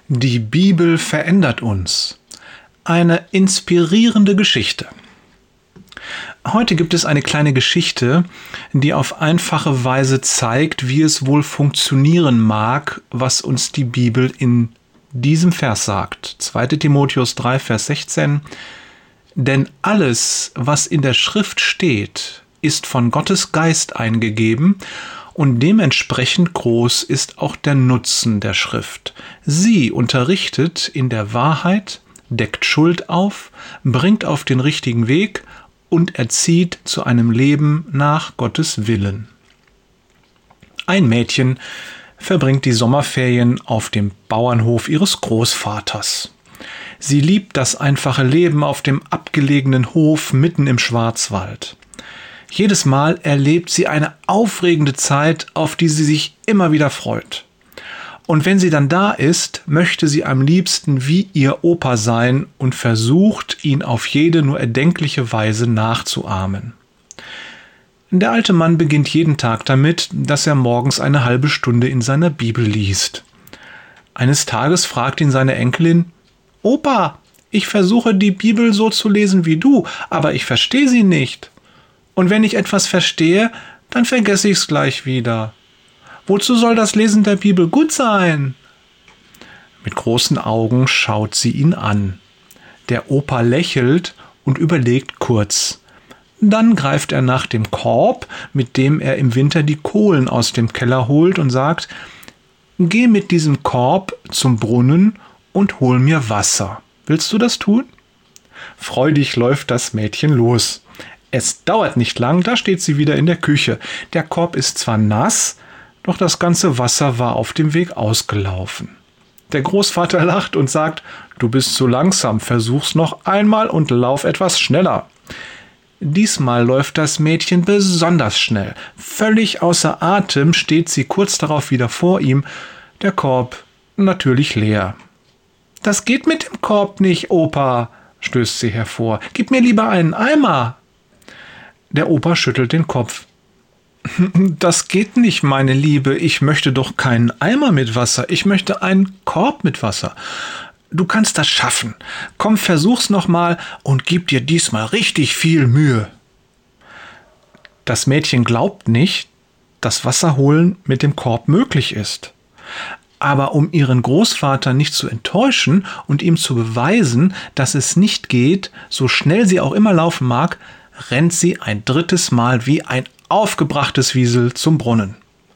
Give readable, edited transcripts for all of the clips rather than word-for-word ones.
Die Bibel verändert uns. Eine inspirierende Geschichte. Heute gibt es eine kleine Geschichte, die auf einfache Weise zeigt, wie es wohl funktionieren mag, was uns die Bibel in diesem Vers sagt. 2. Timotheus 3, Vers 16. Denn alles, was in der Schrift steht, ist von Gottes Geist eingegeben und dementsprechend groß ist auch der Nutzen der Schrift. Sie unterrichtet in der Wahrheit, deckt Schuld auf, bringt auf den richtigen Weg und erzieht zu einem Leben nach Gottes Willen. Ein Mädchen verbringt die Sommerferien auf dem Bauernhof ihres Großvaters. Sie liebt das einfache Leben auf dem abgelegenen Hof mitten im Schwarzwald. Jedes Mal erlebt sie eine aufregende Zeit, auf die sie sich immer wieder freut. Und wenn sie dann da ist, möchte sie am liebsten wie ihr Opa sein und versucht, ihn auf jede nur erdenkliche Weise nachzuahmen. Der alte Mann beginnt jeden Tag damit, dass er morgens eine halbe Stunde in seiner Bibel liest. Eines Tages fragt ihn seine Enkelin: »Opa, ich versuche die Bibel so zu lesen wie du, aber ich verstehe sie nicht. Und wenn ich etwas verstehe, dann vergesse ich es gleich wieder. Wozu soll das Lesen der Bibel gut sein?« Mit großen Augen schaut sie ihn an. Der Opa lächelt und überlegt kurz. Dann greift er nach dem Korb, mit dem er im Winter die Kohlen aus dem Keller holt, und sagt: »Geh mit diesem Korb zum Brunnen und hol mir Wasser. Willst du das tun?« Freudig läuft das Mädchen los. Es dauert nicht lang, da steht sie wieder in der Küche. Der Korb ist zwar nass, doch das ganze Wasser war auf dem Weg ausgelaufen. Der Großvater lacht und sagt: »Du bist zu langsam, versuch's noch einmal und lauf etwas schneller.« Diesmal läuft das Mädchen besonders schnell. Völlig außer Atem steht sie kurz darauf wieder vor ihm, der Korb natürlich leer. »Das geht mit dem Korb nicht, Opa«, stößt sie hervor. »Gib mir lieber einen Eimer.« Der Opa schüttelt den Kopf. »Das geht nicht, meine Liebe. Ich möchte doch keinen Eimer mit Wasser. Ich möchte einen Korb mit Wasser. Du kannst das schaffen. Komm, versuch's nochmal und gib dir diesmal richtig viel Mühe.« Das Mädchen glaubt nicht, dass Wasserholen mit dem Korb möglich ist. Aber um ihren Großvater nicht zu enttäuschen und ihm zu beweisen, dass es nicht geht, so schnell sie auch immer laufen mag, rennt sie ein drittes Mal wie ein aufgebrachtes Wiesel zum Brunnen.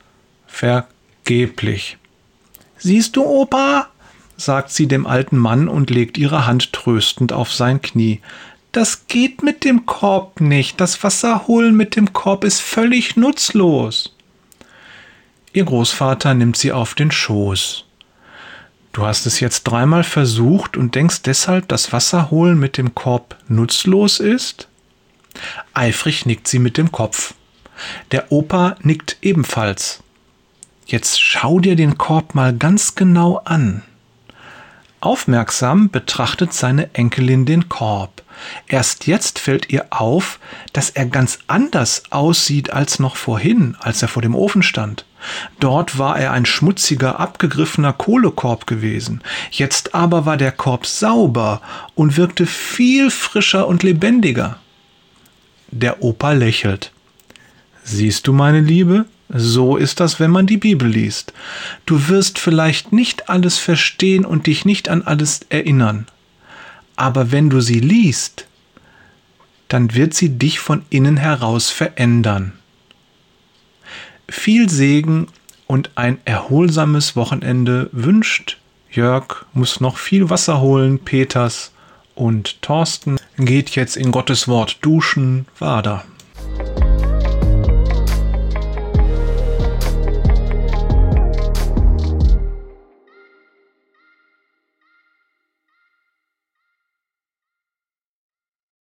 Vergeblich. »Siehst du, Opa?«, sagt sie dem alten Mann und legt ihre Hand tröstend auf sein Knie. »Das geht mit dem Korb nicht. Das Wasserholen mit dem Korb ist völlig nutzlos.« Ihr Großvater nimmt sie auf den Schoß. »Du hast es jetzt 3-mal versucht und denkst deshalb, dass Wasserholen mit dem Korb nutzlos ist?« Eifrig nickt sie mit dem Kopf. Der Opa nickt ebenfalls. »Jetzt schau dir den Korb mal ganz genau an.« Aufmerksam betrachtet seine Enkelin den Korb. Erst jetzt fällt ihr auf, dass er ganz anders aussieht als noch vorhin, als er vor dem Ofen stand. Dort war er ein schmutziger, abgegriffener Kohlekorb gewesen. Jetzt aber war der Korb sauber und wirkte viel frischer und lebendiger. Der Opa lächelt. »Siehst du, meine Liebe? So ist das, wenn man die Bibel liest. Du wirst vielleicht nicht alles verstehen und dich nicht an alles erinnern. Aber wenn du sie liest, dann wird sie dich von innen heraus verändern.« Viel Segen und ein erholsames Wochenende wünscht Jörg. Muss noch viel Wasser holen, Peters, und Thorsten geht jetzt in Gottes Wort duschen, Wader.